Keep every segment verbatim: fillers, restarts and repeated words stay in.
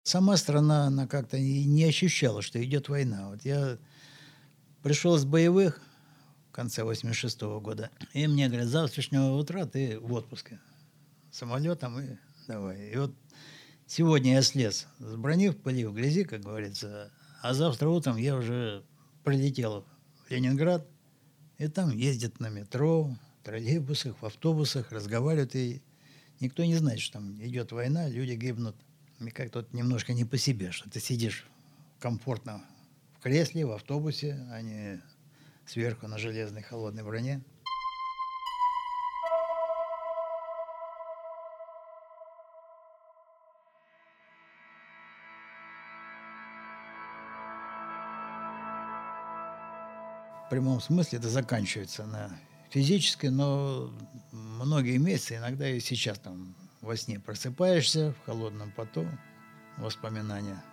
Сама страна, она как-то и не ощущала, что идет война. Вот я пришел с боевых в конце восемьдесят шестого года, и мне говорят: с завтрашнего утра ты в отпуске. Самолетом и давай. И вот сегодня я слез с брони в пыли, в грязи, как говорится, а завтра утром я уже прилетел в Ленинград, и там ездят на метро, в троллейбусах, в автобусах, разговаривают, и никто не знает, что там идет война, люди гибнут. Мне как-то вот немножко не по себе, что ты сидишь комфортно в кресле, в автобусе, а не сверху на железной холодной броне. В прямом смысле это заканчивается на физической, но многие месяцы, иногда и сейчас там во сне просыпаешься в холодном поту, воспоминания.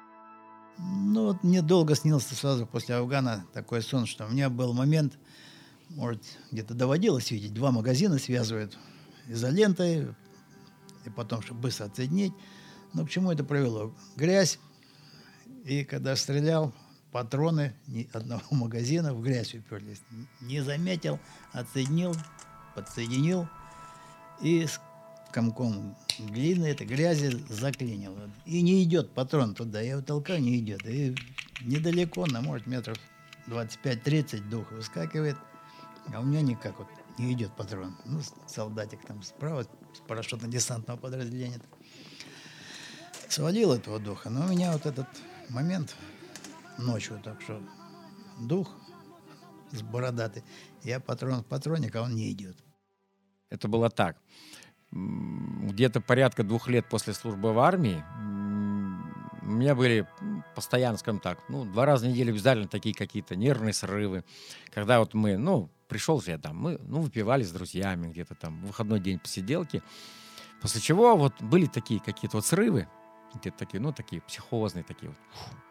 Ну вот мне долго снился сразу после Афгана такой сон, что у меня был момент, может, где-то доводилось видеть, два магазина связывают изолентой, и потом, чтобы быстро отсоединить. Но к чему это привело? Грязь, и когда стрелял, патроны ни одного магазина в грязь уперлись. Не заметил, отсоединил, подсоединил, и с комком глины, этой грязи заклинил. И не идет патрон туда. Я его толкаю, не идет. И недалеко, на, может, метров двадцать пять тридцать дух выскакивает, а у меня никак вот не идет патрон. Ну, солдатик там справа, с парашютно-десантного подразделения. Свалил этого духа. Но у меня вот этот момент ночью, так что дух с бородатый, я патрон в патроник, а он не идет. Это было так. Где-то порядка двух лет после службы в армии у меня были постоянно, скажем так, ну, два раза в неделю обязательно такие какие-то нервные срывы. Когда вот мы, ну, пришел же я там, мы, ну, выпивали с друзьями где-то там, в выходной день посиделки. После чего вот были такие какие-то вот срывы, где-то такие, ну, такие психозные такие вот.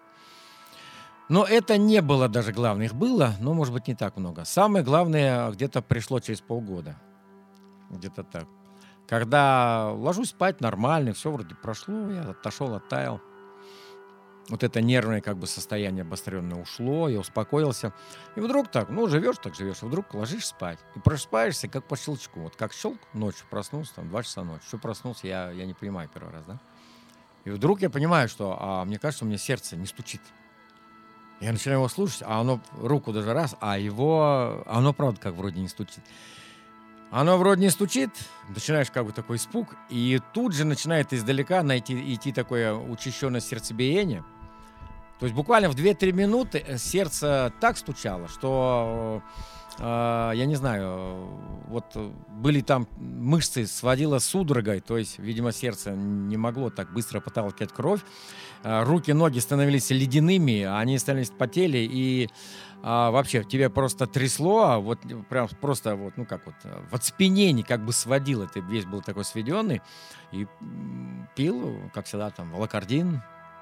Но это не было даже главное. Их было, но, может быть, не так много. Самое главное где-то пришло через полгода. Где-то так. Когда ложусь спать нормально, все вроде прошло, я отошел, оттаял. Вот это нервное как бы состояние обостренное ушло, я успокоился. И вдруг так, ну, живешь так живешь, вдруг ложишься спать. И просыпаешься как по щелчку. Вот как щелк, ночью проснулся, там, два часа ночи. Что проснулся, я, я не понимаю первый раз, да? И вдруг я понимаю, что, а, мне кажется, у меня сердце не стучит. Я начинаю его слушать, а оно руку даже раз, а его, оно правда как вроде не стучит. Оно вроде не стучит, начинаешь как бы такой испуг, и тут же начинает издалека найти, идти такое учащенное сердцебиение. То есть буквально в две-три минуты сердце так стучало, что, э, я не знаю, вот были там мышцы, сводило судорогой, то есть, видимо, сердце не могло так быстро подталкивать кровь. Э, руки, ноги становились ледяными, они становились потели, и а, вообще тебе просто трясло, вот прям просто вот, ну как вот, в оцепенении как бы сводило, ты весь был такой сведенный, и пил, как всегда, там, волокордин,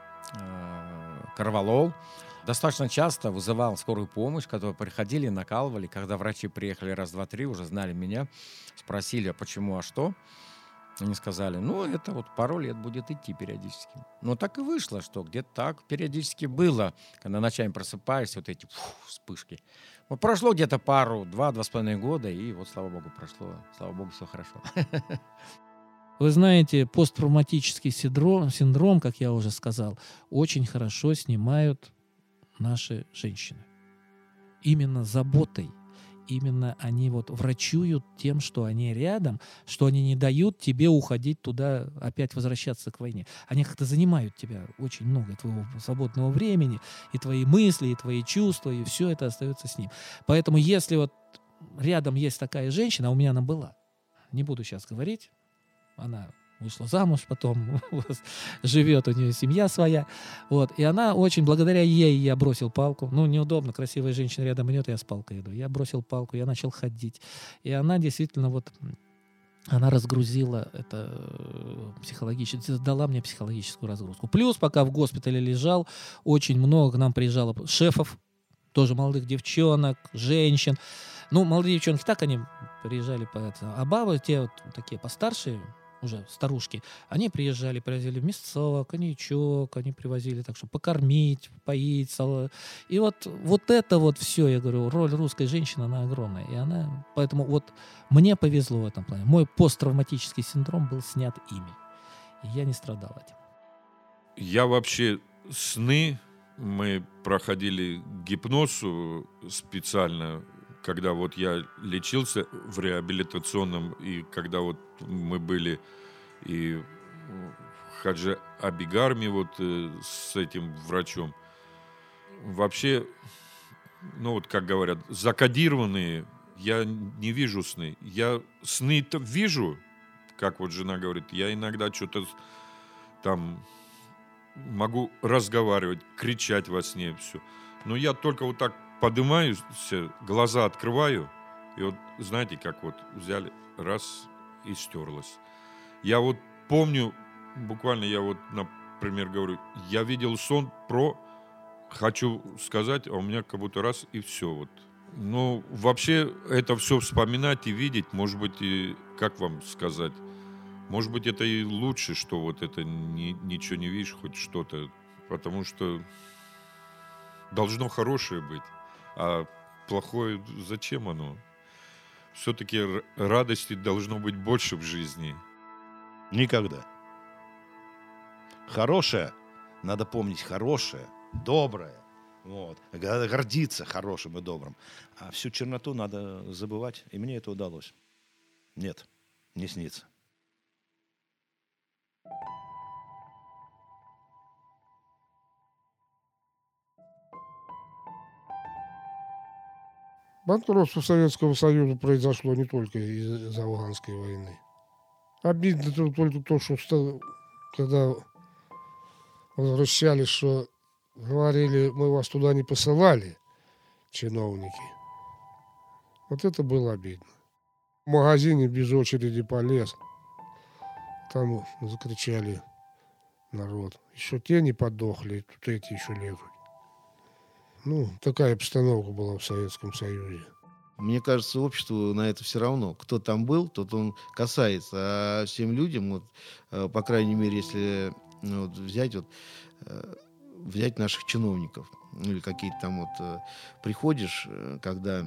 э, корвалол. Достаточно часто вызывал скорую помощь, которые приходили, накалывали. Когда врачи приехали раз, два, три, уже знали меня, спросили, а почему, а что. Они сказали, ну, это вот пару лет будет идти периодически. Но так и вышло, что где-то так периодически было, когда ночами просыпаешься, вот эти фу, вспышки. Вот прошло где-то пару, два, два с половиной года, и вот, слава богу, прошло, слава богу, все хорошо. Вы знаете, посттравматический синдром, синдром, как я уже сказал, очень хорошо снимают наши женщины. Именно заботой. Именно они вот врачуют тем, что они рядом, что они не дают тебе уходить туда, опять возвращаться к войне. Они как-то занимают тебя очень много твоего свободного времени, и твои мысли, и твои чувства, и все это остается с ним. Поэтому если вот рядом есть такая женщина, а у меня она была, не буду сейчас говорить, она вышла замуж, потом живет, у нее семья своя. Вот. И она очень, благодаря ей я бросил палку. Ну, неудобно, красивая женщина рядом идет, я с палкой иду. Я бросил палку, я начал ходить. И она действительно вот, она разгрузила это психологически, дала мне психологическую разгрузку. Плюс, пока в госпитале лежал, очень много к нам приезжало шефов, тоже молодых девчонок, женщин. Ну, молодые девчонки так, они приезжали, по это, а бабы, те вот такие постарше, уже старушки, они приезжали, привозили мясо, коньячок, они привозили так, чтобы покормить, поить. Сало. И вот, вот это вот все, я говорю, роль русской женщины, она огромная. И она, поэтому вот мне повезло в этом плане. Мой посттравматический синдром был снят ими. И я не страдал этим. Я вообще сны, мы проходили гипнозу специально, когда вот я лечился в реабилитационном, и когда вот мы были и в Хаджи Абигарме вот э, с этим врачом, вообще, ну вот как говорят, закодированные, я не вижу сны. Я сны-то вижу, как вот жена говорит, я иногда что-то там могу разговаривать, кричать во сне, все. Но я только вот так поднимаюсь, глаза открываю, и вот знаете, как вот взяли, раз, и стерлось. Я вот помню, буквально я вот, например, говорю, я видел сон про, хочу сказать, а у меня как будто раз, и все вот. Ну, вообще, это все вспоминать и видеть, может быть, и, как вам сказать, может быть, это и лучше, что вот это ни, ничего не видишь, хоть что-то, потому что должно хорошее быть. А плохое зачем оно? Все-таки радости должно быть больше в жизни. Никогда. Хорошее, надо помнить хорошее, доброе. Вот. Гордиться хорошим и добрым. А всю черноту надо забывать. И мне это удалось. Нет, не снится. Банкротство Советского Союза произошло не только из-за афганской войны. Обидно только то, что когда возвращались, что говорили, мы вас туда не посылали, чиновники. Вот это было обидно. В магазине без очереди полез. Там закричали народ. Еще те не подохли, тут эти еще лезут. Ну, такая обстановка была в Советском Союзе. Мне кажется, обществу на это все равно. Кто там был, тот он касается. А всем людям, вот, по крайней мере, если ну, вот, взять, вот, взять наших чиновников, ну, или какие-то там вот приходишь, когда,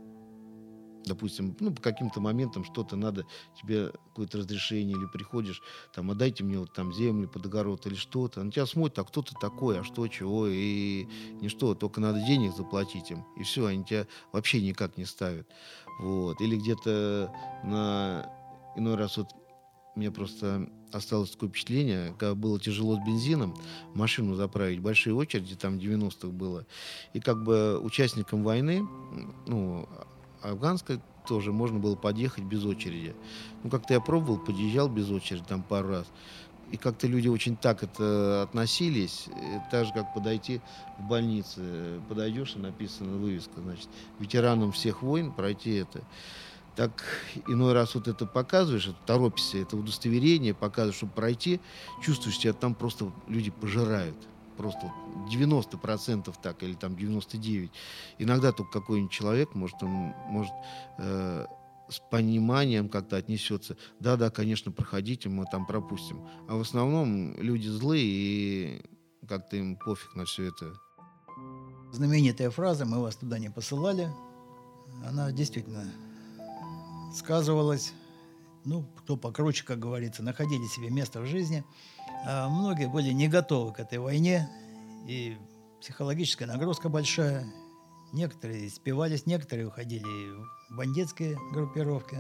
допустим, ну, по каким-то моментам что-то надо, тебе какое-то разрешение, или приходишь, там, отдайте мне вот там землю под огород или что-то. На тебя смотрят, а кто ты такой, а что, чего, и ничто, только надо денег заплатить им, и все, они тебя вообще никак не ставят. Вот. Или где-то на иной раз вот мне просто осталось такое впечатление, когда было тяжело с бензином, машину заправить, большие очереди, там девяностых было, и как бы участникам войны, ну, афганской тоже можно было подъехать без очереди. Ну, как-то я пробовал, подъезжал без очереди там пару раз. И как-то люди очень так это относились, так же, как подойти в больнице. Подойдешь, и написана вывеска, значит, ветеранам всех войн пройти это. Так иной раз вот это показываешь, это торопишься, это удостоверение показываешь, чтобы пройти, чувствуешь себя, там просто люди пожирают. Просто девяносто процентов так, или там девяносто девять процентов. Иногда только какой-нибудь человек, может, он может э, с пониманием как-то отнесется. Да-да, конечно, проходите, мы там пропустим. А в основном люди злые, и как-то им пофиг на все это. Знаменитая фраза «мы вас туда не посылали», она действительно сказывалась. Ну, кто покруче, как говорится, находили себе место в жизни. А многие были не готовы к этой войне, и психологическая нагрузка большая. Некоторые спивались, некоторые уходили в бандитские группировки.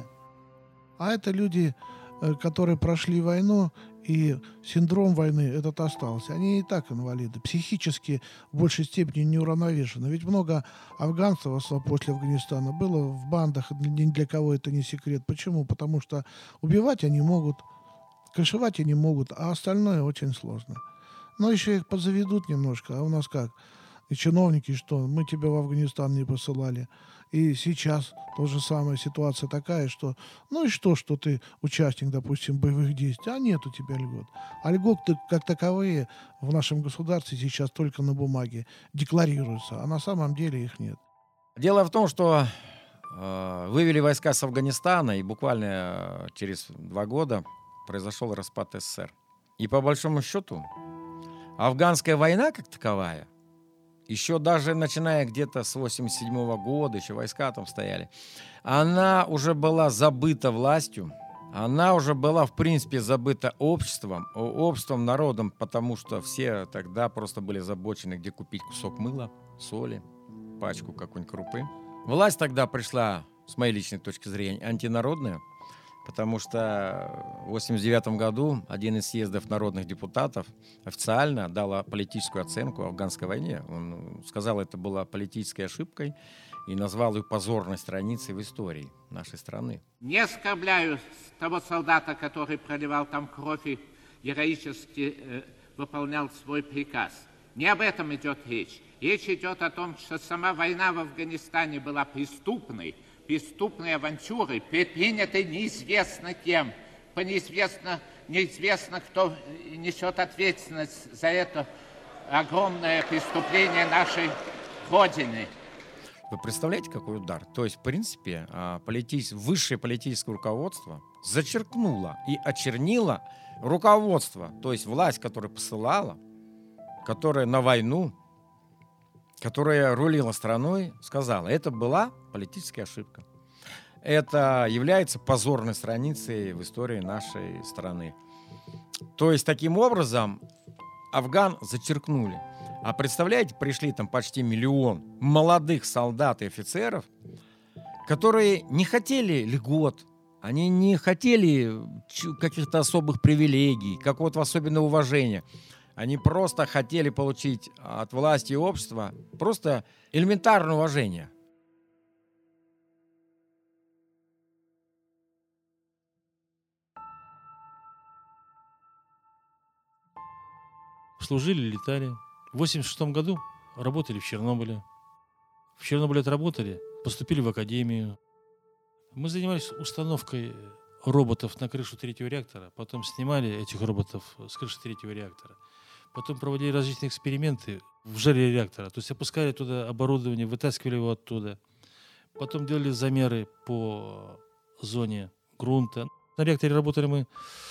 А это люди, которые прошли войну, и синдром войны этот остался. Они и так инвалиды, психически в большей степени неуравновешены. Ведь много афганцев после Афганистана было в бандах, ни для кого это не секрет. Почему? Потому что убивать они могут, крышевать они могут, а остальное очень сложно. Но еще их подзаведут немножко, а у нас как? И чиновники, что мы тебя в Афганистан не посылали. И сейчас тоже самая ситуация такая, что ну и что, что ты участник, допустим, боевых действий, а нет у тебя льгот. А льготы как таковые в нашем государстве сейчас только на бумаге декларируются, а на самом деле их нет. Дело в том, что э, вывели войска с Афганистана, и буквально через два года произошел распад СССР. И по большому счету, афганская война как таковая, еще даже начиная где-то с восемьдесят седьмого года, еще войска там стояли, она уже была забыта властью, она уже была, в принципе, забыта обществом, обществом, народом, потому что все тогда просто были озабочены, где купить кусок мыла, соли, пачку какой-нибудь крупы. Власть тогда пришла, с моей личной точки зрения, антинародная, потому что в восемьдесят девятом году один из съездов народных депутатов официально дал политическую оценку афганской войне. Он сказал, это была политической ошибкой и назвал ее позорной страницей в истории нашей страны. Не оскорбляю того солдата, который проливал там кровь и героически э, выполнял свой приказ. Не об этом идет речь. Речь идет о том, что сама война в Афганистане была преступной, преступной авантюрой, предпринятой неизвестно кем, по неизвестно, неизвестно, кто несет ответственность за это огромное преступление нашей Родины. Вы представляете, какой удар? То есть, в принципе, политич... высшее политическое руководство зачеркнуло и очернило руководство, то есть власть, которая посылала, которая на войну, которая рулила страной, сказала, это была политическая ошибка. Это является позорной страницей в истории нашей страны. То есть, таким образом, Афган зачеркнули. А представляете, пришли там почти миллион молодых солдат и офицеров, которые не хотели льгот, они не хотели каких-то особых привилегий, какого-то особенного уважения. Они просто хотели получить от власти и общества просто элементарное уважение. Служили, летали. В восемьдесят шестом году работали в Чернобыле. В Чернобыле отработали, поступили в академию. Мы занимались установкой роботов на крышу третьего реактора, потом снимали этих роботов с крыши третьего реактора. Потом проводили различные эксперименты в жаре реактора. То есть опускали туда оборудование, вытаскивали его оттуда. Потом делали замеры по зоне грунта. На реакторе работали мы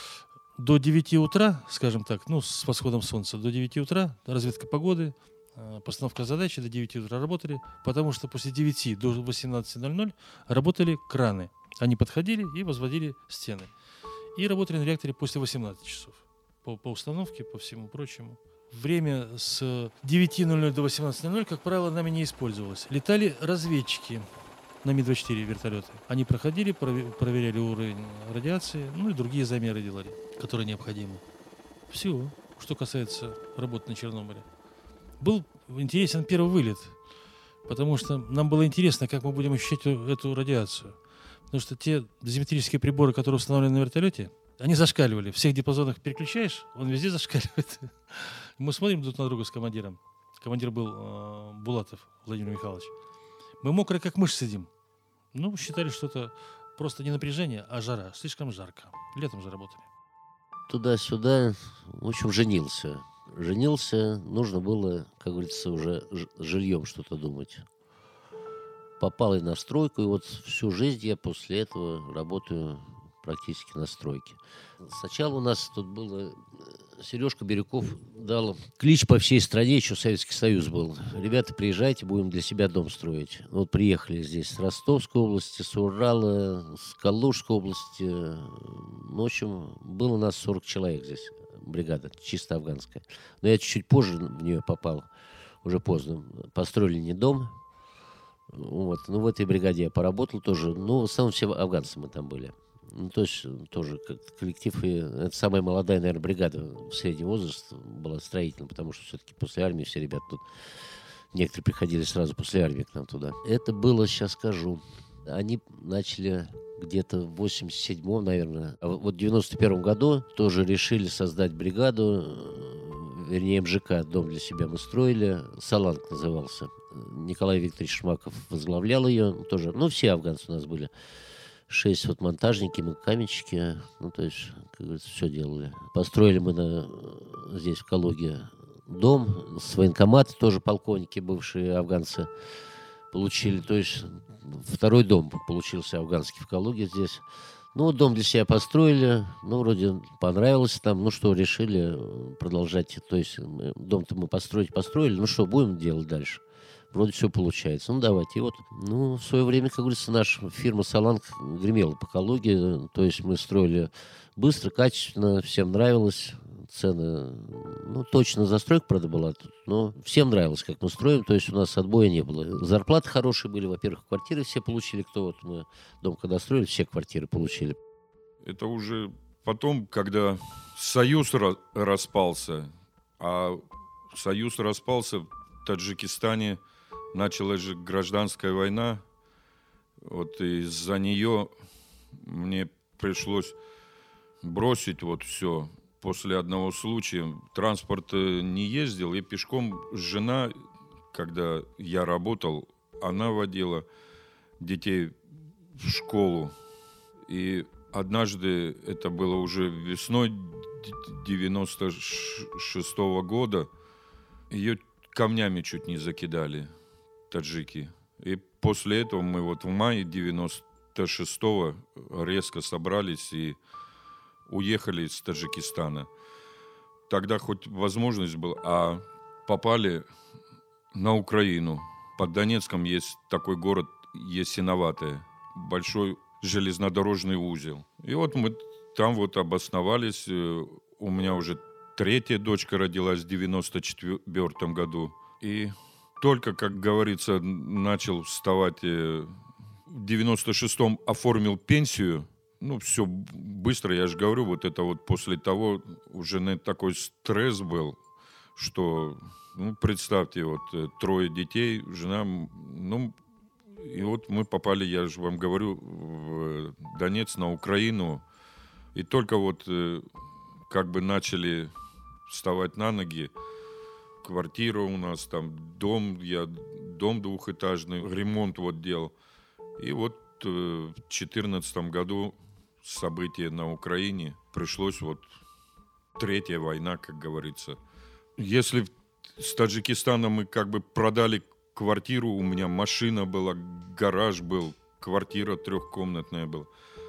до девяти утра, скажем так, ну, с восходом солнца до девяти утра, разведка погоды, постановка задачи, до девяти утра работали, потому что после девяти до восемнадцати ноль-ноль работали краны. Они подходили и возводили стены. И работали на реакторе после восемнадцати часов. По, по установке, по всему прочему. Время с девяти ноль-ноль до восемнадцати ноль-ноль, как правило, нами не использовалось. Летали разведчики на Ми двадцать четыре вертолеты. Они проходили, проверяли уровень радиации, ну и другие замеры делали, которые необходимы. Все, что касается работы на Чернобыле. Был интересен первый вылет, потому что нам было интересно, как мы будем ощущать эту радиацию. Потому что те дозиметрические приборы, которые установлены на вертолете, они зашкаливали. В всех диапазонах переключаешь, он везде зашкаливает. Мы смотрим друг на друга с командиром. Командир был э, Булатов Владимир Михайлович. Мы мокрые, как мышь, сидим. Ну, считали, что это просто не напряжение, а жара. Слишком жарко. Летом же работали. Туда-сюда, в общем, женился. Женился, нужно было, как говорится, уже жильем что-то думать. Попал и на стройку, и вот всю жизнь я после этого работаю практически на стройке. Сначала у нас тут было... Сережка Бирюков дал клич по всей стране, еще Советский Союз был. Ребята, приезжайте, будем для себя дом строить. Вот приехали здесь с Ростовской области, с Урала, с Калужской области. Ну, в общем, было у нас сорок человек здесь, бригада, чисто афганская. Но я чуть-чуть позже в нее попал, уже поздно. Построили не дом. Вот. Ну, в этой бригаде я поработал тоже. Ну, в основном все афганцы мы там были. Ну, то есть тоже как коллектив, и это самая молодая, наверное, бригада в среднем возрасте была строительная, потому что все-таки после армии все ребята тут, некоторые приходили сразу после армии к нам туда. Это было, сейчас скажу, они начали где-то в восемьдесят седьмом, наверное, а вот в девяносто первом году тоже решили создать бригаду, вернее, эм жэ ка, дом для себя мы строили, Саланг назывался. Николай Викторович Шмаков возглавлял ее, тоже, ну, все афганцы у нас были. Шесть вот монтажники, мы каменщики, ну, то есть, как говорится, все делали. Построили мы на, здесь, в Калуге, дом с военкомата, тоже полковники, бывшие афганцы, получили, то есть, второй дом получился афганский в Калуге здесь. Ну, вот дом для себя построили, ну, вроде понравилось там, ну что, решили продолжать, то есть дом-то мы построить построили, ну что, будем делать дальше? Вроде все получается, ну давайте. И вот, ну, в свое время, как говорится, наша фирма «Саланг» гремела по Калуге, то есть мы строили быстро, качественно, всем нравилось, цены, ну, точно застройка, правда, была тут, но всем нравилось, как мы строим, то есть у нас отбоя не было. Зарплаты хорошие были, во-первых, квартиры все получили, кто вот мы дом когда строили, все квартиры получили. Это уже потом, когда Союз ра- распался, а Союз распался, в Таджикистане началась же гражданская война, вот из-за нее мне пришлось бросить вот все. После одного случая транспорт не ездил, и пешком жена, когда я работал, она водила детей в школу. И однажды, это было уже весной девяносто шестого года, ее камнями чуть не закидали таджики. И после этого мы вот в мае девяносто шестого резко собрались и уехали из Таджикистана. Тогда хоть возможность была, а попали на Украину. Под Донецком есть такой город Ясиноватое, большой железнодорожный узел. И вот мы там вот обосновались. У меня уже третья дочка родилась в девяносто четвёртом году. И только, как говорится, начал вставать, в девяносто шестом оформил пенсию. Ну, все быстро, я же говорю, вот это вот после того уже на такой стресс был, что, ну, представьте, вот трое детей, жена, ну, и вот мы попали, я же вам говорю, в Донецк, на Украину, и только вот как бы начали вставать на ноги, квартира у нас там, дом, я дом двухэтажный, ремонт вот делал, и вот в две тысячи четырнадцатом году события на Украине, пришлось вот третья война, как говорится. Если с Таджикистаном мы как бы продали квартиру, у меня машина была, гараж был, квартира трехкомнатная была.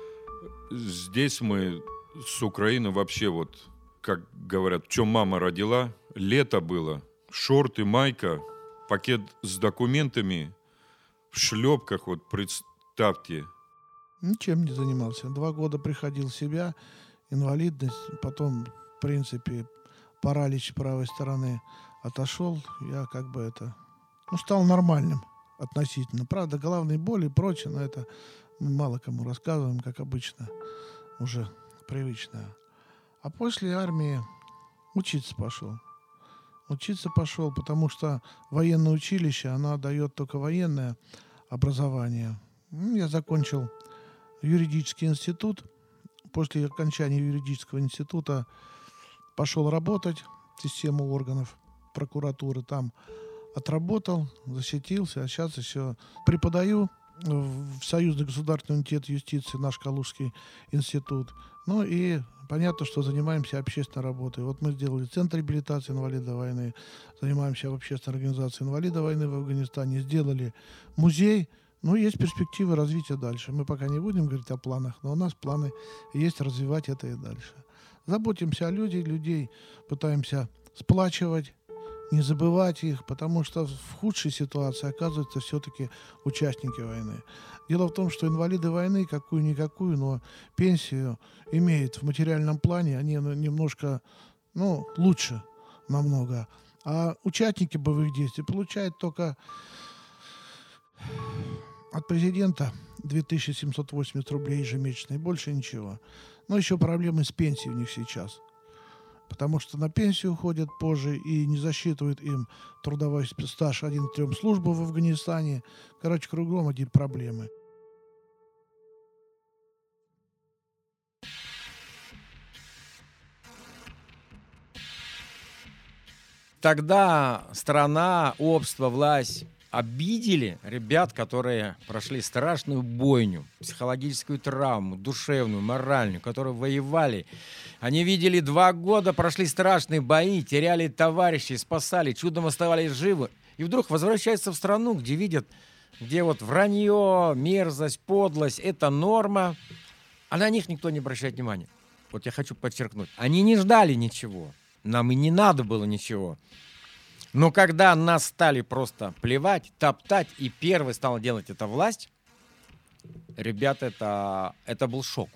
Здесь мы с Украины вообще вот, как говорят, что мама родила, лето было, шорты, майка, пакет с документами, в шлепках, вот представьте. Ничем не занимался. Два года приходил в себя, инвалидность, потом, в принципе, паралич правой стороны отошел. Я как бы это, ну, стал нормальным относительно. Правда, головные боли и прочее, но это мы мало кому рассказываем, как обычно, уже привычное. А после армии учиться пошел. Учиться пошел, потому что военное училище, оно дает только военное образование. Ну, я закончил юридический институт. После окончания юридического института пошел работать в систему органов прокуратуры. Там отработал, защитился, а сейчас еще преподаю в Союзный государственный университет юстиции, наш Калужский институт. Ну и понятно, что занимаемся общественной работой. Вот мы сделали Центр реабилитации инвалидов войны, занимаемся в общественной организации инвалидов войны в Афганистане, сделали музей. Ну, есть перспективы развития дальше. Мы пока не будем говорить о планах, но у нас планы есть развивать это и дальше. Заботимся о людях, людей пытаемся сплачивать, не забывать их, потому что в худшей ситуации оказываются все-таки участники войны. Дело в том, что инвалиды войны, какую-никакую, но пенсию имеют в материальном плане, они немножко, ну, лучше намного. А участники боевых действий получают только от президента две тысячи семьсот восемьдесят рублей ежемесячно, и больше ничего. Но еще проблемы с пенсией у них сейчас. Потому что на пенсию уходят позже и не засчитывают им трудовой стаж один к трем службы в Афганистане. Короче, кругом одни проблемы. Тогда страна, общество, власть обидели ребят, которые прошли страшную бойню, психологическую травму, душевную, моральную, которые воевали. Они видели два года, прошли страшные бои, теряли товарищей, спасали, чудом оставались живы. И вдруг возвращаются в страну, где видят, где вот вранье, мерзость, подлость – это норма. А на них никто не обращает внимания. Вот я хочу подчеркнуть. Они не ждали ничего. Нам и не надо было ничего. Но когда нас стали просто плевать, топтать, и первый стал делать это власть, ребята, это, это был шок.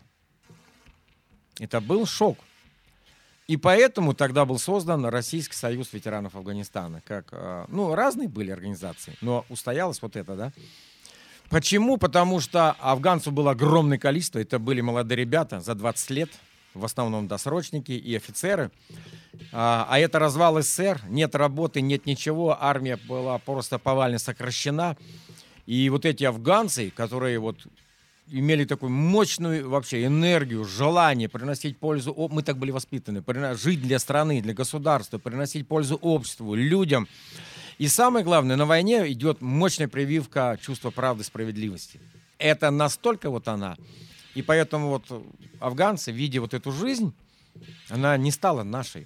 Это был шок. И поэтому тогда был создан Российский союз ветеранов Афганистана. Как, ну, разные были организации, но устоялось вот это, да. Почему? Потому что афганцев было огромное количество. Это были молодые ребята за двадцать лет, в основном досрочники и офицеры. А, а это развал СССР, нет работы, нет ничего, армия была просто повально сокращена. И вот эти афганцы, которые вот имели такую мощную вообще энергию, желание приносить пользу, мы так были воспитаны, жить для страны, для государства, приносить пользу обществу, людям. И самое главное, на войне идет мощная прививка чувства правды, справедливости. Это настолько вот она. И поэтому вот афганцы, видя вот эту жизнь, она не стала нашей.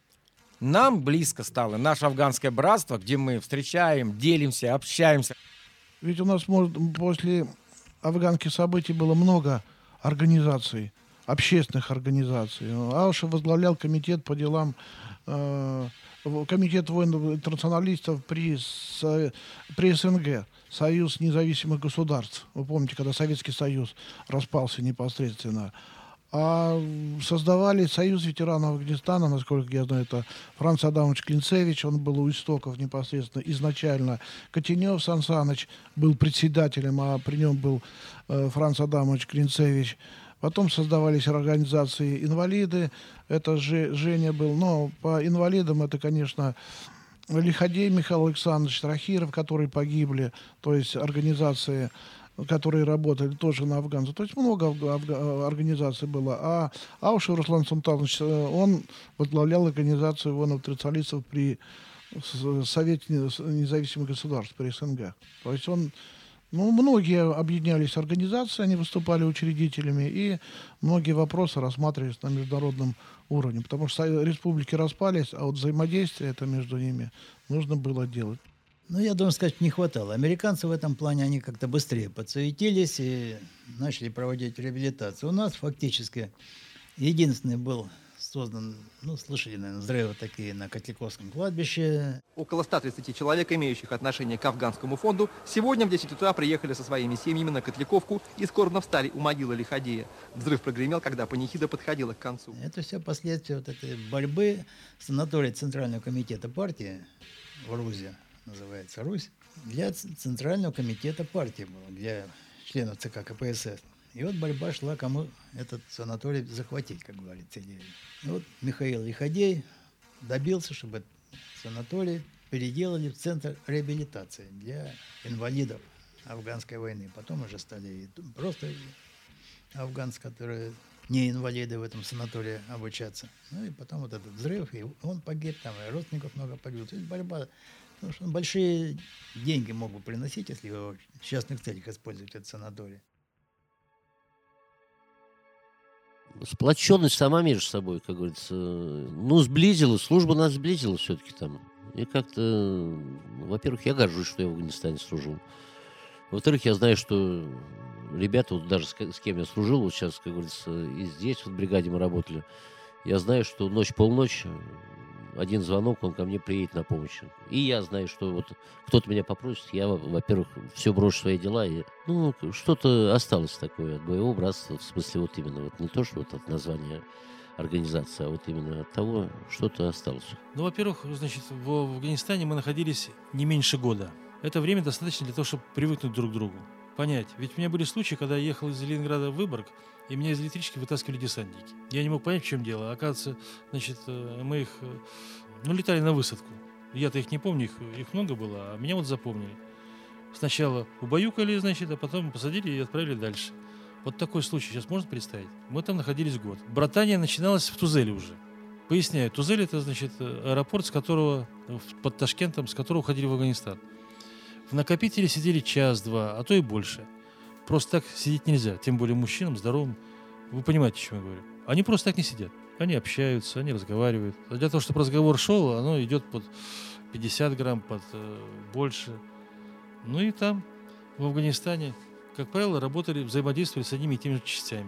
Нам близко стало наше афганское братство, где мы встречаем, делимся, общаемся. Ведь у нас может, после афганских событий было много организаций, общественных организаций. Алша возглавлял комитет по делам, э, комитет воинов-интернационалистов при, с, при СНГ, Союз независимых государств. Вы помните, когда Советский Союз распался непосредственно. А создавали Союз ветеранов Афганистана, насколько я знаю, это Франц Адамович Клинцевич, он был у истоков непосредственно изначально. Котенев Сан Саныч был председателем, а при нем был э, Франц Адамович Клинцевич. Потом создавались организации инвалиды, это же Женя был, но по инвалидам это, конечно, Лиходей Михаил Александрович, Трахиров, которые погибли, то есть организации, которые работали тоже на афганцев. То есть много афга- организаций было. А Аушев Руслан Султанович, он возглавлял организацию воинов-интернационалистов при Совете независимых государств, при СНГ. То есть он, ну, многие объединялись организации, они выступали учредителями, и многие вопросы рассматривались на международном уровне, потому что республики распались, а вот взаимодействие это между ними нужно было делать. Ну, я должен сказать, не хватало. Американцы в этом плане, они как-то быстрее подсуетились и начали проводить реабилитацию. У нас фактически единственный был создан, ну, слышали, наверное, взрывы такие на Котляковском кладбище. Около ста тридцати человек, имеющих отношение к афганскому фонду, сегодня в десять утра приехали со своими семьями на Котляковку и скорбно встали у могилы Лиходея. Взрыв прогремел, когда панихида подходила к концу. Это все последствия вот этой борьбы. Санаторий Центрального комитета партии в Рузе, называется Русь, для Центрального комитета партии было, для членов ЦК КПСС. И вот борьба шла, кому этот санаторий захватить, как говорится. И вот Михаил Лиходей добился, чтобы санаторий переделали в центр реабилитации для инвалидов афганской войны. Потом уже стали и просто афганцы, которые не инвалиды в этом санатории обучаться. Ну и потом вот этот взрыв, и он погиб, там и родственников много погибло. То есть борьба. Потому что большие деньги могут приносить, если его в частных целях использовать этот санаторий. Сплоченность сама между собой, как говорится, ну, сблизила, служба нас сблизила все-таки там. И как-то, во-первых, я горжусь, что я в Афганистане служил. Во-вторых, я знаю, что ребята, вот даже с, с кем я служил, вот сейчас, как говорится, и здесь вот в бригаде мы работали, я знаю, что ночь-полночь, один звонок, он ко мне приедет на помощь. И я знаю, что вот кто-то меня попросит, я, во-первых, все брошу свои дела. И, ну, что-то осталось такое от боевого братства, в смысле вот именно, вот не то, что вот от названия организации, а вот именно от того, что-то осталось. Ну, во-первых, значит, в, в Афганистане мы находились не меньше года. Это время достаточно для того, чтобы привыкнуть друг к другу, понять. Ведь у меня были случаи, когда я ехал из Ленинграда в Выборг, и меня из электрички вытаскивали десантники. Я не мог понять, в чем дело. Оказывается, значит, мы их, ну, летали на высадку. Я-то их не помню, их, их много было, а меня вот запомнили. Сначала убаюкали, значит, а потом посадили и отправили дальше. Вот такой случай сейчас можно представить? Мы там находились год. Братание начиналось в Тузеле уже. Поясняю, Тузель — это, значит, аэропорт, с которого, под Ташкентом, с которого уходили в Афганистан. В накопителе сидели час-два, а то и больше. Просто так сидеть нельзя, тем более мужчинам, здоровым. Вы понимаете, о чем я говорю. Они просто так не сидят. Они общаются, они разговаривают. А для того, чтобы разговор шел, оно идет под пятьдесят грамм, под э, больше. Ну и там, в Афганистане, как правило, работали, взаимодействовали с одними и теми же частями.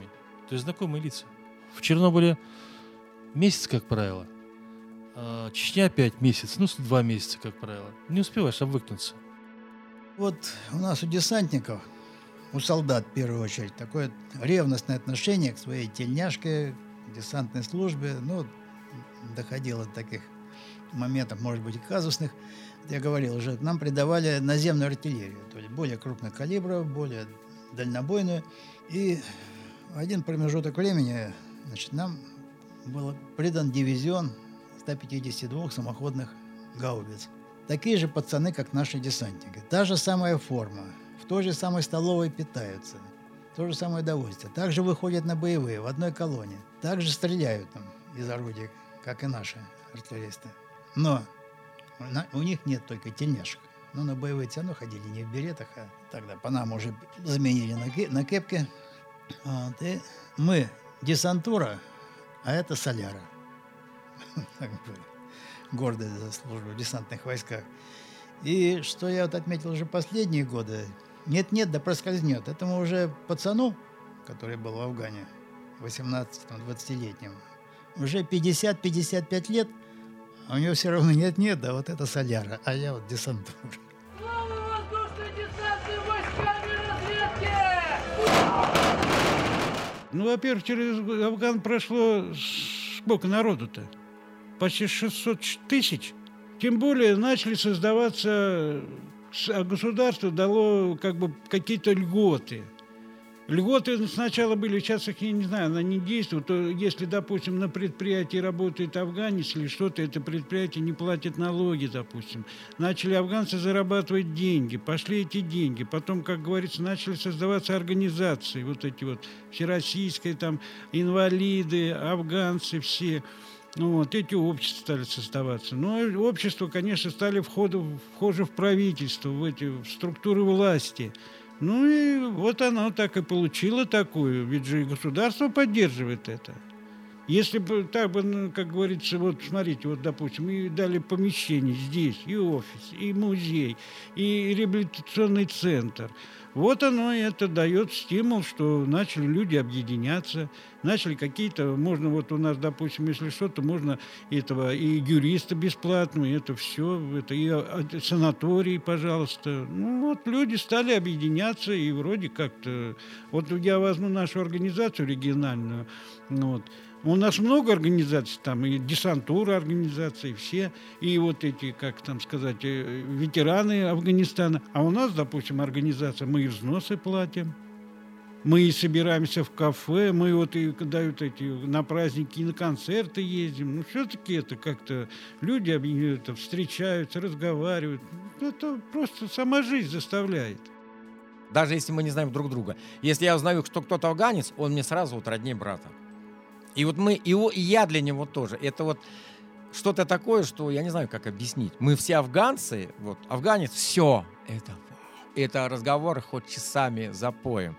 То есть знакомые лица. В Чернобыле месяц, как правило. А Чечня опять месяц, ну, два месяца, как правило. Не успеваешь обвыкнуться. Вот у нас у десантников, у солдат в первую очередь, такое ревностное отношение к своей тельняшке, к десантной службе. Ну, доходило до таких моментов, может быть, и казусных. Я говорил уже, нам придавали наземную артиллерию, то есть более крупных калибров, более дальнобойную. И в один промежуток времени, значит, нам был придан дивизион ста пятидесяти двух самоходных гаубиц. Такие же пацаны, как наши десантники. Та же самая форма, в той же самой столовой питаются, то же самое удовольствие. Также выходят на боевые в одной колонне. Также стреляют там из орудий, как и наши артиллеристы. Но на, у них нет только тельняшек. Но на боевые все равно ходили не в беретах, а тогда по нам уже заменили на, ке, на кепке. Вот, и мы десантура, а это соляра. Гордость за службу в десантных войсках. И что я вот отметил уже последние годы, нет-нет, да проскользнет. Этому уже пацану, который был в Афгане, восемнадцати-двадцатилетним, уже пятьдесят-пятьдесят пять лет, а у него все равно нет-нет, да вот это соляра, а я вот десантура. Слава воздушно-десантным войскам и разведке! Ну, во-первых, через Афган прошло сколько народу-то? Почти шестьсот тысяч. Тем более начали создаваться, а государство дало как бы какие-то льготы. Льготы сначала были, сейчас их, я не знаю, она не действует. То если, допустим, на предприятии работает афганец или что-то, это предприятие не платит налоги, допустим. Начали афганцы зарабатывать деньги, пошли эти деньги. Потом, как говорится, начали создаваться организации, вот эти вот всероссийские, там, инвалиды, афганцы все. Ну, вот эти общества стали создаваться. Но общества, конечно, стали входу, вхожи в правительство, в эти в структуры власти. Ну и вот оно так и получило такую, ведь же и государство поддерживает это. Если бы так бы, ну, как говорится, вот смотрите, вот, допустим, и дали помещение здесь, и офис, и музей, и реабилитационный центр. Вот оно и это дает стимул, что начали люди объединяться, начали какие-то, можно вот у нас, допустим, если что-то, можно этого и юриста бесплатно, и это все, это и санаторий, пожалуйста. Ну вот люди стали объединяться, и вроде как-то, вот я возьму нашу организацию региональную, вот, у нас много организаций, там и десантура организации, все, и вот эти, как там сказать, ветераны Афганистана. А у нас, допустим, организация, мы и взносы платим, мы и собираемся в кафе, мы вот и дают эти на праздники, и на концерты ездим. Ну, все-таки это как-то люди это, встречаются, разговаривают. Это просто сама жизнь заставляет. Даже если мы не знаем друг друга. Если я узнаю, что кто-то афганец, он мне сразу вот роднее брата. И вот мы, его, и я для него тоже. Это вот что-то такое, что я не знаю, как объяснить. Мы все афганцы, вот, афганец, все, это, это разговоры хоть часами запоем.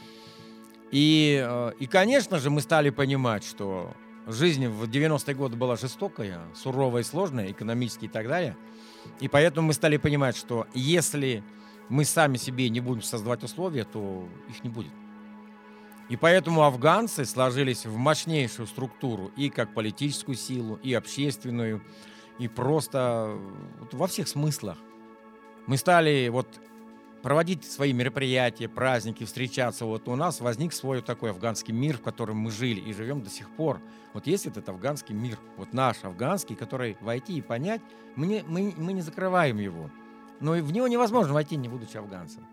И, и, конечно же, мы стали понимать, что жизнь в девяностые годы была жестокая, суровая и сложная, экономически и так далее. И поэтому мы стали понимать, что если мы сами себе не будем создавать условия, то их не будет. И поэтому афганцы сложились в мощнейшую структуру и как политическую силу, и общественную, и просто вот во всех смыслах. Мы стали вот проводить свои мероприятия, праздники, встречаться. Вот у нас возник свой такой афганский мир, в котором мы жили и живем до сих пор. Вот есть этот афганский мир, вот наш афганский, который войти и понять, мы не, мы, мы не закрываем его. Но в него невозможно войти, не будучи афганцем.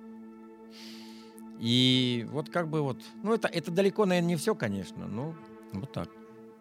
И вот как бы вот, ну это, это далеко, наверное, не все, конечно, но вот так.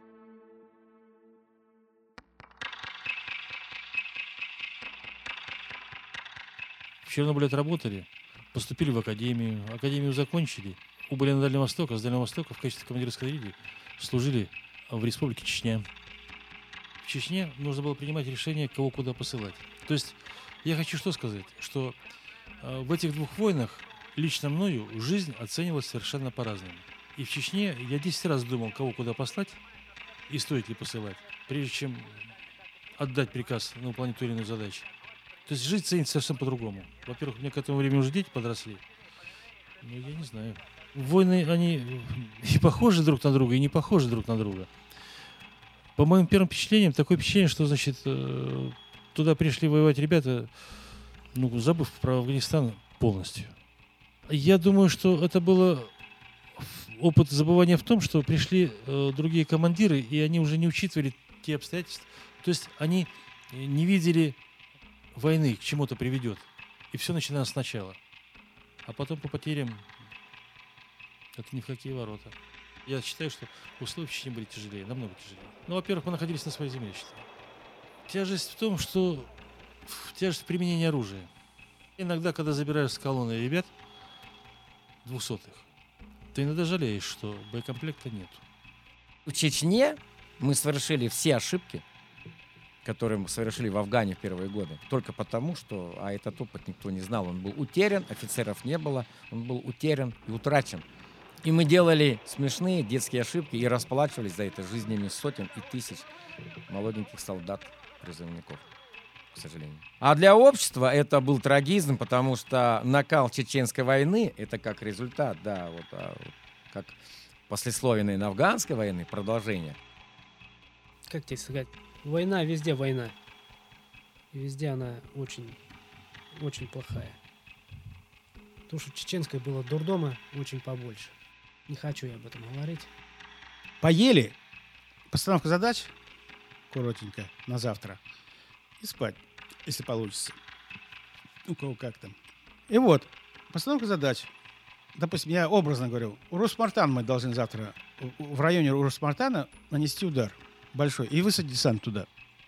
В Чернобыле отработали, поступили в академию, академию закончили, убыли на Дальний Восток, а с Дальнего Востока в качестве командира эскадрильи служили в республике Чечня. В Чечне нужно было принимать решение, кого куда посылать. То есть я хочу что сказать, что э, в этих двух войнах лично мною жизнь оценивалась совершенно по-разному. И в Чечне я десять раз думал, кого куда послать и стоит ли посылать, прежде чем отдать приказ на выполнение той или иной задачи. То есть жизнь ценится совсем по-другому. Во-первых, у меня к этому времени уже дети подросли. Ну, я не знаю. войны, они и похожи друг на друга, и не похожи друг на друга. По моим первым впечатлениям, такое впечатление, что, значит, э, туда пришли воевать ребята, ну, забыв про Афганистан полностью. Я думаю, что это было опыт забывания в том, что пришли э, другие командиры, и они уже не учитывали те обстоятельства. То есть они не видели войны, к чему-то приведет. И все начиналось сначала. А потом по потерям это ни в какие ворота. Я считаю, что условия в Чечне были тяжелее, намного тяжелее. Ну, во-первых, мы находились на своей земле, считаю. Тяжесть в том, что тяжесть применения оружия. Иногда, когда забираешь с колонны ребят двухсотых, ты иногда жалеешь, что боекомплекта нет. В Чечне мы совершили все ошибки, которые мы совершили в Афгане в первые годы, только потому, что, а этот опыт никто не знал, он был утерян, офицеров не было, он был утерян и утрачен. И мы делали смешные детские ошибки и расплачивались за это жизнями сотен и тысяч молоденьких солдат, призывников, к сожалению. А для общества это был трагизм, потому что накал Чеченской войны, это как результат, да, вот, а, вот как послесловие афганской войны, продолжение. Как тебе сказать? Война, везде война. И везде она очень, очень плохая. То, что чеченской было дурдома, очень побольше. Не хочу я об этом говорить. Поели, постановка задач, коротенько, на завтра. И спать, если получится. У кого как там. И вот, постановка задач. Допустим, я образно говорю, Урус-Мартан мы должны завтра, в районе Урус-Мартана нанести удар большой и высадить десант туда.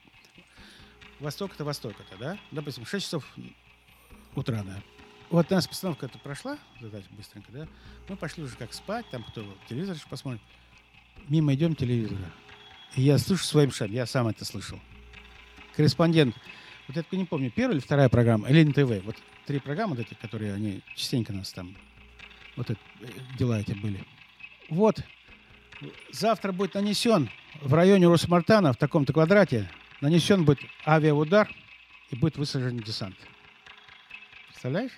Восток-то, восток-то, да? Допустим, шесть часов утра, да. Вот у нас постановка это прошла, задача быстренько, да? Мы пошли уже как спать, там кто телевизор посмотрит. Мимо идем телевизора. И я слышу своим шагом, я сам это слышал. Корреспондент, вот я не помню, первая или вторая программа, или эн тэ вэ, вот три программы вот эти, которые они частенько нас там, вот это, дела эти были. Вот, завтра будет нанесен в районе Урус-Мартана, в таком-то квадрате, нанесен будет авиаудар и будет высажен десант. Представляешь?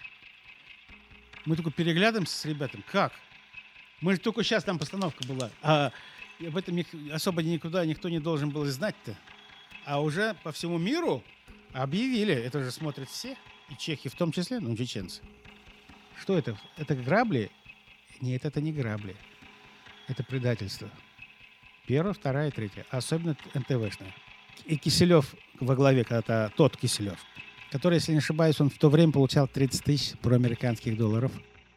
Мы только переглядываемся с ребятами. Как? Мы же только сейчас там постановка была. А об этом особо никуда никто не должен был знать-то. А уже по всему миру объявили. Это же смотрят все. И чехи в том числе, ну, чеченцы. Что это? Это грабли? Нет, это не грабли. Это предательство. Первая, вторая, третья. Особенно эн тэ вэ-шная. И Киселев во главе, когда-то тот Киселев, который, если не ошибаюсь, он в то время получал тридцать тысяч проамериканских долларов.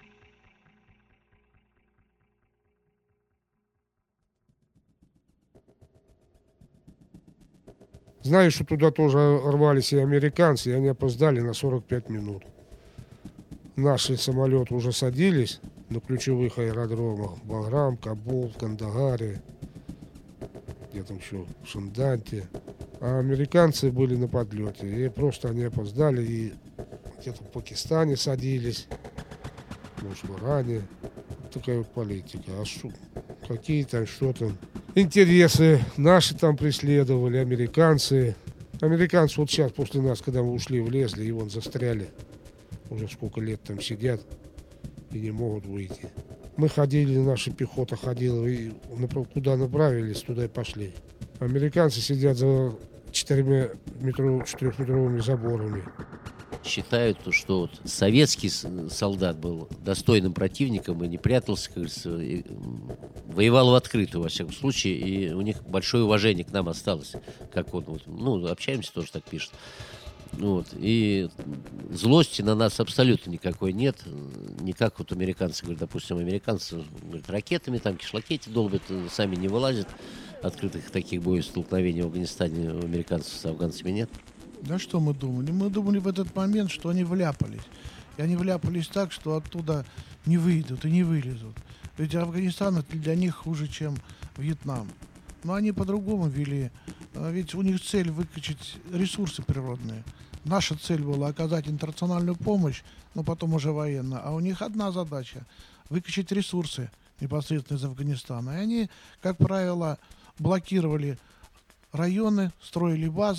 Знаю, что туда тоже рвались и американцы, и они опоздали на сорок пять минут. Наши самолеты уже садились на ключевых аэродромах. Баграм, Кабул, Кандагаре, где там еще, в Шанданте. А американцы были на подлете. И просто они опоздали и где-то в Пакистане садились, может, в Иране. Такая вот политика. А что, какие там, что там. Интересы наши там преследовали, американцы. Американцы вот сейчас после нас, когда мы ушли, влезли и вон застряли. Уже сколько лет там сидят и не могут выйти. Мы ходили, наша пехота ходила, и куда направились, туда и пошли. Американцы сидят за четырьмя метров, четырехметровыми заборами. Считают, что вот советский солдат был достойным противником и не прятался, как говорится, и воевал в открытую, во всяком случае, и у них большое уважение к нам осталось. Как он, вот, ну, общаемся, тоже так пишет. Вот. И злости на нас абсолютно никакой нет. Не как вот американцы, говорят, допустим, американцы говорят, ракетами, там кишлаки долбят, сами не вылазят. Открытых таких боестолкновений в Афганистане у американцев с афганцами нет. Да что мы думали? Мы думали в этот момент, что они вляпались. И они вляпались так, что оттуда не выйдут и не вылезут. Ведь Афганистан для них хуже, чем Вьетнам. Но они по-другому вели. Ведь у них цель выкачать ресурсы природные. Наша цель была оказать интернациональную помощь, но потом уже военно. А у них одна задача – выкачать ресурсы непосредственно из Афганистана. И они, как правило, блокировали районы, строили базы,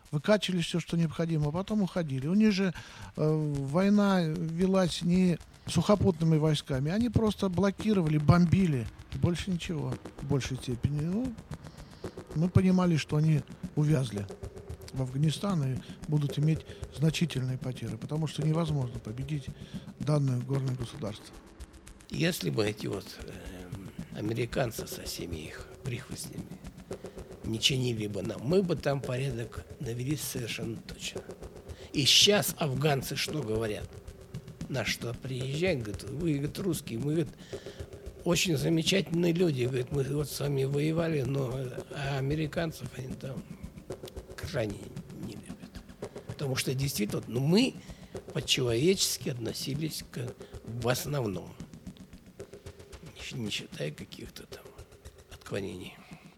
выкачивали все, что необходимо, а потом уходили. У них же э, война велась не сухопутными войсками, они просто блокировали, бомбили, больше ничего, в большей степени. Ну, мы понимали, что они увязли в Афганистан и будут иметь значительные потери, потому что невозможно победить данное горное государство. Если бы эти вот э, американцы со всеми их прихвостнями не чинили бы нам, мы бы там порядок навели совершенно точно. И сейчас афганцы что говорят? Наши что приезжают, говорят, вы, говорят, русские, мы, говорят, очень замечательные люди, говорят, мы вот с вами воевали, но а американцев они там крайне не любят. Потому что действительно, ну, мы по-человечески относились к, в основном, не, не считая каких-то там отклонений.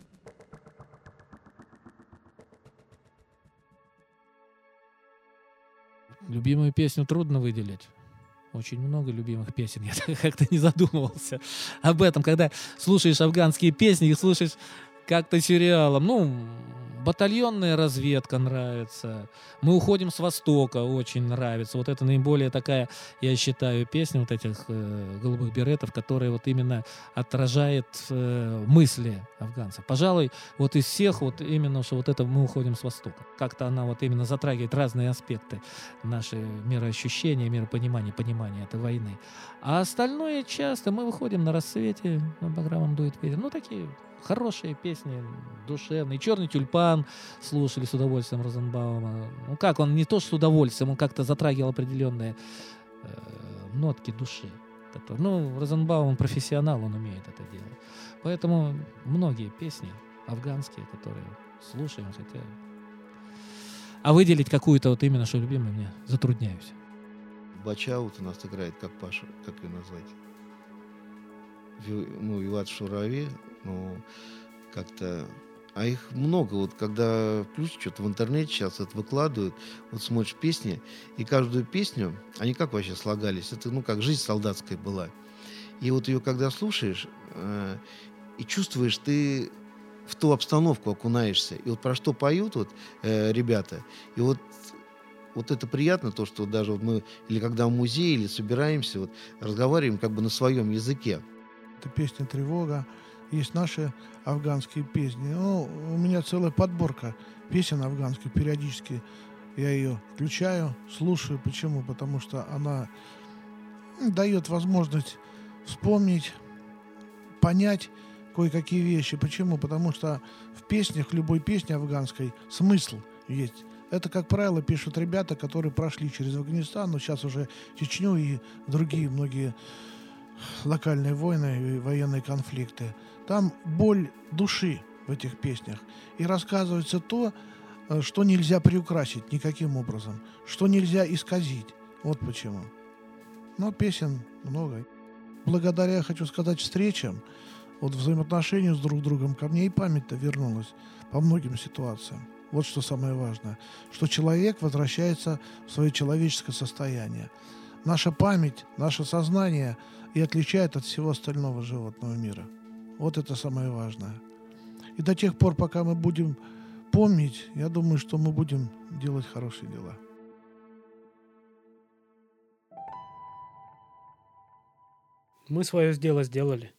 Любимую песню трудно выделить. Очень много любимых песен. Я как-то не задумывался об этом, когда слушаешь афганские песни и слушаешь как-то сериалом. Ну, батальонная разведка нравится. Мы уходим с Востока, очень нравится. Вот это наиболее такая, я считаю, песня вот этих э, голубых беретов, которая вот именно отражает э, мысли афганцев. Пожалуй, вот из всех вот именно, что вот это мы уходим с Востока. Как-то она вот именно затрагивает разные аспекты наши мироощущения, миропонимания, понимания этой войны. А остальное часто мы выходим на рассвете, над Баграмом дует ветер. Ну, такие хорошие песни, душевные. «Черный тюльпан» слушали с удовольствием Розенбаума. Ну как, он не то что с удовольствием, он как-то затрагивал определенные э, нотки души. Которые, ну, Розенбаум, он профессионал, он умеет это делать. Поэтому многие песни афганские, которые слушаем, хотя... А выделить какую-то вот именно, что любимую, мне затрудняюсь. Бачаут у нас играет, как Паша, как ее назвать? Ну, Виват Шурави, ну, как-то... А их много, вот когда включишь что-то в интернете сейчас это выкладывают, вот смотришь песни, и каждую песню, они как вообще слагались? Это, ну, как жизнь солдатская была. И вот ее когда слушаешь, э, и чувствуешь, ты в ту обстановку окунаешься. И вот про что поют вот э, ребята, и вот Вот это приятно, то, что даже вот мы, или когда в музее, или собираемся, вот, разговариваем как бы на своем языке. Это песня «Тревога». Есть наши афганские песни. Ну, у меня целая подборка песен афганских. Периодически я ее включаю, слушаю. Почему? Потому что она дает возможность вспомнить, понять кое-какие вещи. Почему? Потому что в песнях, любой песни афганской, смысл есть. Это, как правило, пишут ребята, которые прошли через Афганистан, но сейчас уже Чечню и другие многие локальные войны и военные конфликты. Там боль души в этих песнях. И рассказывается то, что нельзя приукрасить никаким образом, что нельзя исказить. Вот почему. Но песен много. Благодаря, хочу сказать, встречам, вот взаимоотношению с друг другом ко мне и память-то вернулась по многим ситуациям. Вот что самое важное, что человек возвращается в свое человеческое состояние. Наша память, наше сознание и отличает от всего остального животного мира. Вот это самое важное. И до тех пор, пока мы будем помнить, я думаю, что мы будем делать хорошие дела. Мы свое дело сделали.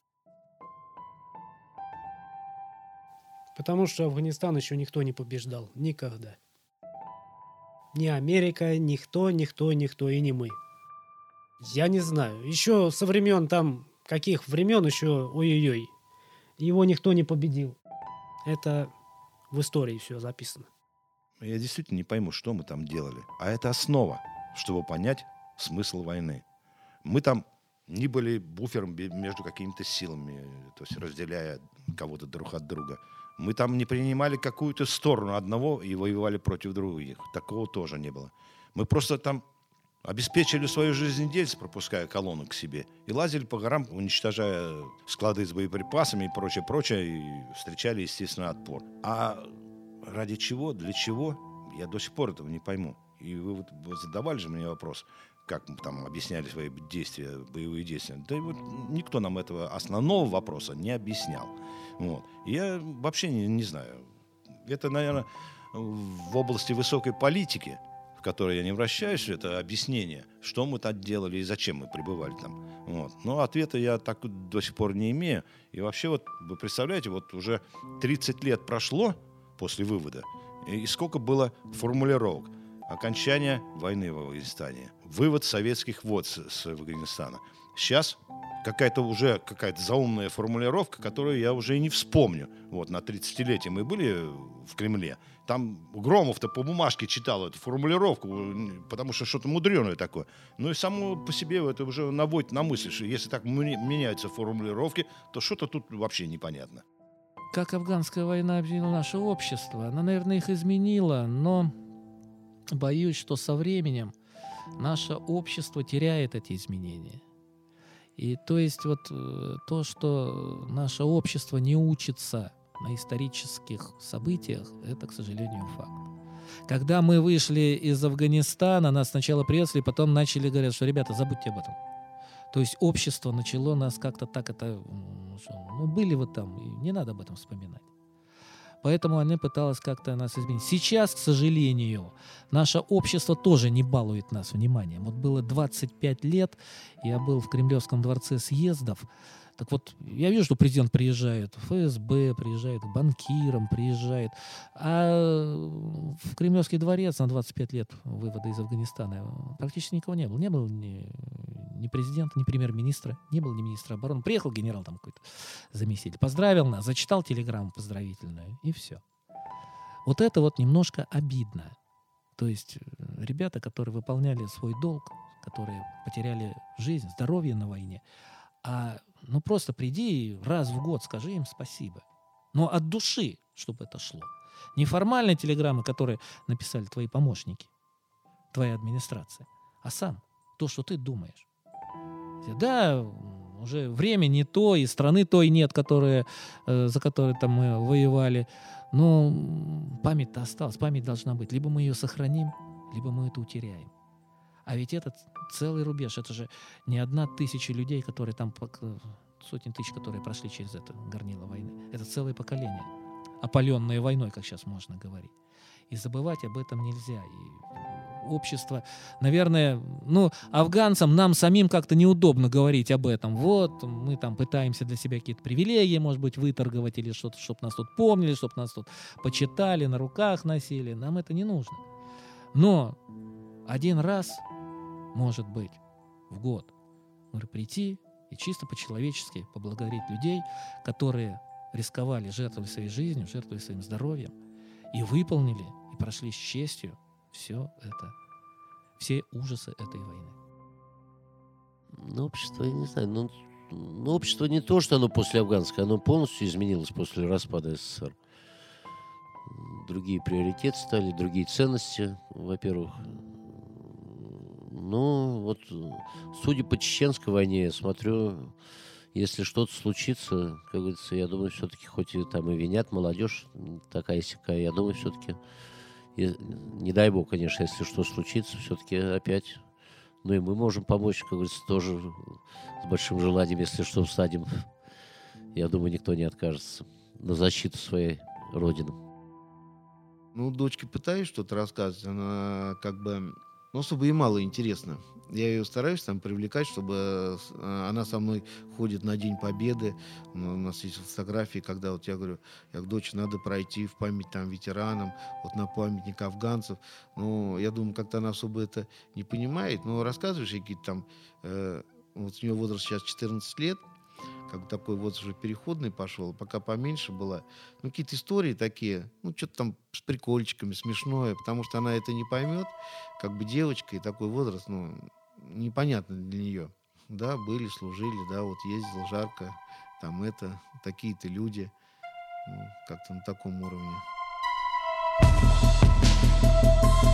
Потому что Афганистан еще никто не побеждал. Никогда. Ни Америка, никто, никто, никто и не мы. Я не знаю. Еще со времен там, каких времен еще, ой-ой-ой, его никто не победил. Это в истории все записано. Я действительно не пойму, что мы там делали. А это основа, чтобы понять смысл войны. Мы там не были буфером между какими-то силами, то есть разделяя кого-то друг от друга. Мы там не принимали какую-то сторону одного и воевали против других. Такого тоже не было. Мы просто там обеспечили свою жизнедеятельность, пропуская колонну к себе, и лазили по горам, уничтожая склады с боеприпасами и прочее, прочее, и встречали, естественно, отпор. А ради чего, для чего, я до сих пор этого не пойму. И вы вот задавали же мне вопрос, как мы там объясняли свои действия, боевые действия. Да и вот никто нам этого основного вопроса не объяснял. Вот. Я вообще не, не знаю. Это, наверное, в области высокой политики, в которой я не вращаюсь, это объяснение, что мы так делали и зачем мы пребывали там. Вот. Но ответа я так до сих пор не имею. И вообще, вот вы представляете, вот уже тридцать лет прошло после вывода, и сколько было формулировок. Окончание войны в Афганистане, вывод советских войск с, с Афганистана. Сейчас какая-то уже какая-то заумная формулировка, которую я уже и не вспомню. Вот, на тридцатилетие мы были в Кремле. Там Громов-то по бумажке читал эту формулировку, потому что что-то мудреное такое. Ну и само по себе это уже наводит на мысль, что если так меняются формулировки, то что-то тут вообще непонятно. Как афганская война объединила наше общество? Она, наверное, их изменила, но боюсь, что со временем наше общество теряет эти изменения. И то есть вот то, что наше общество не учится на исторических событиях, это, к сожалению, факт. Когда мы вышли из Афганистана, нас сначала приветствовали, потом начали говорить, что, ребята, забудьте об этом. То есть общество начало нас как-то так, это, ну, были вы там, и не надо об этом вспоминать. Поэтому она пыталась как-то нас изменить. Сейчас, к сожалению, наше общество тоже не балует нас вниманием. Вот было двадцать пять лет, я был в Кремлевском дворце съездов. Так вот, я вижу, что президент приезжает, эф эс бэ приезжает, к банкирам приезжает. А в Кремлевский дворец на двадцать пять лет вывода из Афганистана практически никого не было. Не было ни, ни президента, ни премьер-министра, не было ни министра обороны. Приехал генерал там какой-то заместитель, поздравил нас, зачитал телеграмму поздравительную, и все. Вот это вот немножко обидно. То есть ребята, которые выполняли свой долг, которые потеряли жизнь, здоровье на войне, а ну просто приди и раз в год скажи им спасибо. Но от души, чтобы это шло. Не формальные телеграммы, которые написали твои помощники, твоя администрация, а сам то, что ты думаешь. Да, уже время не то, и страны той нет, которые, э, за которые там мы воевали. Но память-то осталась, память должна быть. Либо мы ее сохраним, либо мы это утеряем. А ведь это целый рубеж. Это же не одна тысяча людей, которые там, сотни тысяч, которые прошли через это горнило войны. Это целое поколение, опаленное войной, как сейчас можно говорить. И забывать об этом нельзя. И общество, наверное, ну, афганцам, нам самим как-то неудобно говорить об этом. Вот, мы там пытаемся для себя какие-то привилегии, может быть, выторговать или что-то, чтобы нас тут помнили, чтобы нас тут почитали, на руках носили. Нам это не нужно. Но один раз, может быть, в год нужно прийти и чисто по-человечески поблагодарить людей, которые рисковали, жертвовали своей жизнью, жертвовали своим здоровьем и выполнили, и прошли с честью все это, все ужасы этой войны. Ну, общество, я не знаю, ну, ну, общество не то, что оно после афганского, оно полностью изменилось после распада эс эс эс эр. Другие приоритеты стали, другие ценности, во-первых. Ну, вот, судя по чеченской войне, я смотрю, если что-то случится, как говорится, я думаю, все-таки, хоть и там и винят молодежь такая-сякая, я думаю, все-таки, не дай бог, конечно, если что случится, все-таки опять, ну и мы можем помочь, как говорится, тоже с большим желанием, если что, всадим. Я думаю, никто не откажется на защиту своей родины. Ну, дочке пытаюсь что-то рассказывать, она как бы, ну, особо ей мало интересно. Я ее стараюсь там привлекать, чтобы она со мной ходит на День Победы. У нас есть фотографии, когда вот я говорю, я говорю, дочь, надо пройти в память там ветеранам, вот на памятник афганцев. Ну, я думаю, как-то она особо это не понимает, но рассказываешь ей какие-то там, э, вот у нее возраст сейчас четырнадцать лет, как бы такой вот уже переходный пошел, пока поменьше была. Ну, какие-то истории такие, ну, что-то там с прикольчиками, смешное, потому что она это не поймет, как бы девочка, и такой возраст, ну, непонятно для нее. Да, были, служили, да, вот ездил, жарко, там это, такие-то люди, ну, как-то на таком уровне.